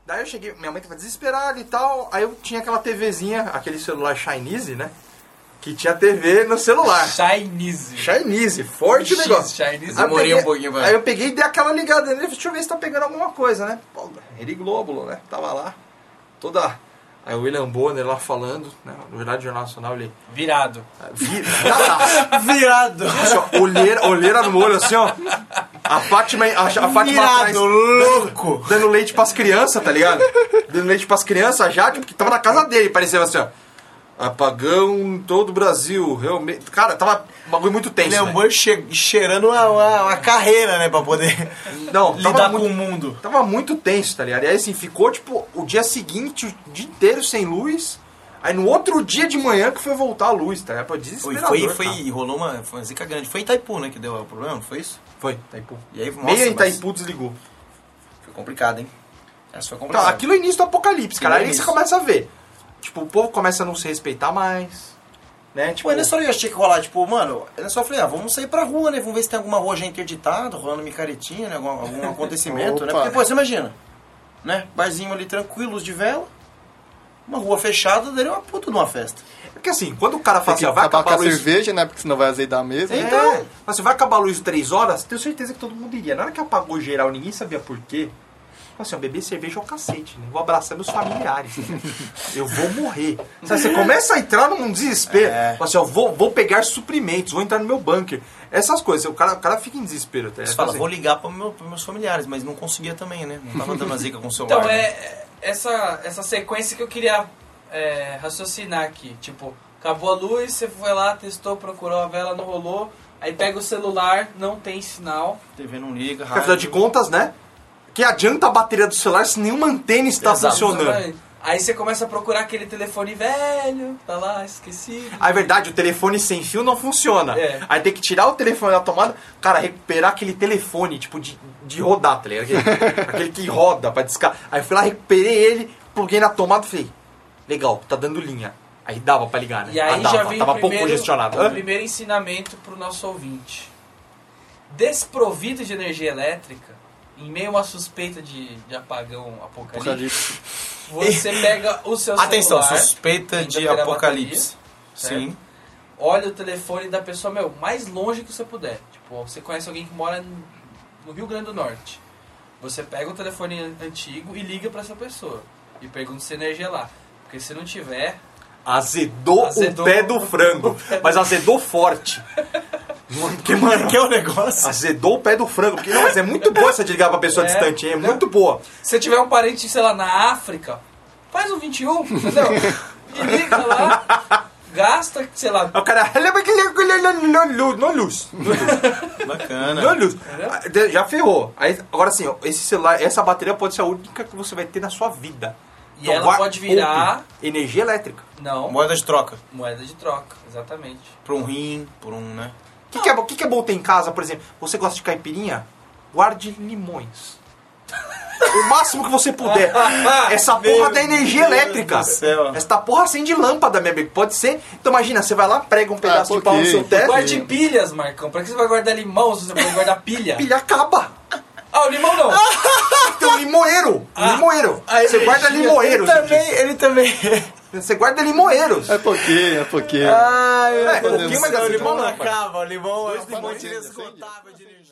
Daí eu cheguei, minha mãe tava desesperada e tal, aí eu tinha aquela TVzinha, aquele celular Chinese, né? Que tinha TV no celular. Chinese, forte o negócio. Chinese, demorei um pouquinho, velho. Aí eu peguei e dei aquela ligada nele, deixa eu ver se tá pegando alguma coisa, né? Pô, Rede Globo, né? Tava lá, toda... Aí o William Bonner lá falando, né? Na verdade, o Jornal Nacional, ele... Virado. Virado. Assim, ó, olheira no olho, assim, ó. A Fátima atrás, louco. dando leite pras crianças, tá ligado? Dando leite pras crianças já, tipo, que tava na casa dele, parecia assim, ó. Apagão em todo o Brasil, realmente. Cara, tava um bagulho muito tenso. William Bonner cheirando uma carreira, né, pra poder lidar com o mundo. Tava muito tenso, tá ligado? E aí, assim, ficou, tipo, o dia seguinte, o dia inteiro sem luz. Aí no outro dia de manhã que foi voltar a luz, tá ligado? Foi desesperador. Rolou uma zica grande. Foi em Itaipu, né, que deu o problema, não foi isso? Foi, Itaipu. E aí, Meia Itaipu desligou. Foi complicado, hein? Essa foi complicado. Então, aquilo é o início do apocalipse, cara. Aí você começa a ver. Tipo, o povo começa a não se respeitar mais, né? Tipo... Pô, nessa hora eu achei que rolar, tipo, mano, nessa hora eu falei, vamos sair pra rua, né? Vamos ver se tem alguma rua já interditada, rolando micaretinha, né? Algum acontecimento, né? Porque, pô, você imagina, né? Barzinho ali tranquilo, luz de vela, uma rua fechada, daria uma puta de uma festa. Porque assim, quando o cara fala assim, vai acabar a luz... cerveja, né? Porque senão vai azedar mesmo. Então, você vai acabar a luz 3 horas, tenho certeza que todo mundo iria. Na hora que apagou geral, ninguém sabia por quê. Assim, ó, beber cerveja é o cacete, né? Vou abraçar meus familiares, né? Eu vou morrer. Você começa a entrar num desespero. Assim, ó, vou pegar suprimentos, vou entrar no meu bunker. Essas coisas, o cara fica em desespero. Até. Você fala, vou ligar para meus familiares, mas não conseguia também, né? Não tava dando a zica com o celular. Então, né? essa sequência que eu queria raciocinar aqui. Tipo, acabou a luz, você foi lá, testou, procurou a vela, não rolou. Aí pega o celular, não tem sinal. TV não liga, rádio. Afinal de contas, né? Que adianta a bateria do celular se nenhuma antena está funcionando. Aí você começa a procurar aquele telefone velho, tá lá, esquecido. Ah, é verdade, o telefone sem fio não funciona. Aí tem que tirar o telefone da tomada, cara, recuperar aquele telefone, tipo, de rodar, tá ligado? Aquele que roda pra discar. Aí eu fui lá, recuperei ele, pluguei na tomada e falei, legal, tá dando linha. Aí dava pra ligar, né? E aí já vem tava pouco congestionado. O primeiro ensinamento pro nosso ouvinte. Desprovido de energia elétrica, em meio a uma suspeita de apagão apocalipse, você pega o seu celular... Atenção, suspeita de apocalipse. Bateria, sim. Olha o telefone da pessoa, mais longe que você puder. Tipo, você conhece alguém que mora no Rio Grande do Norte. Você pega o telefone antigo e liga pra essa pessoa. E pergunta se tem energia lá. Porque se não tiver... Azedou o pé do frango. Mas azedou forte. Porque, mano, que é o negócio? Azedou o pé do frango. Porque, não, mas é muito boa essa de ligar pra pessoa distante, é muito boa. Se tiver um parente, sei lá, na África, faz um 21, entendeu? E liga lá, gasta, sei lá. O cara, no luz. Bacana. No luz. Já ferrou. Aí, agora sim, esse celular, essa bateria pode ser a única que você vai ter na sua vida. E então, ela pode virar... energia elétrica. Não. Moeda de troca. Moeda de troca, exatamente. Por um rim, por um, né? O que é bom ter em casa, por exemplo? Você gosta de caipirinha? Guarde limões. O máximo que você puder. Essa porra da energia elétrica. Essa porra acende lâmpada, meu amigo. Pode ser. Então imagina, você vai lá, prega um pedaço de pau no seu teto. Guarde pilhas, Marcão. Pra que você vai guardar limão se você pode guardar pilha? Pilha acaba. Ah, o limão não. Então, limoeiro. Limoeiro. Você guarda limoeiros. Ele também. Você guarda limoeiros. É pouquinho. Pouquinho, mas o limão não acaba. O limão é uma fonte inesgotável de energia.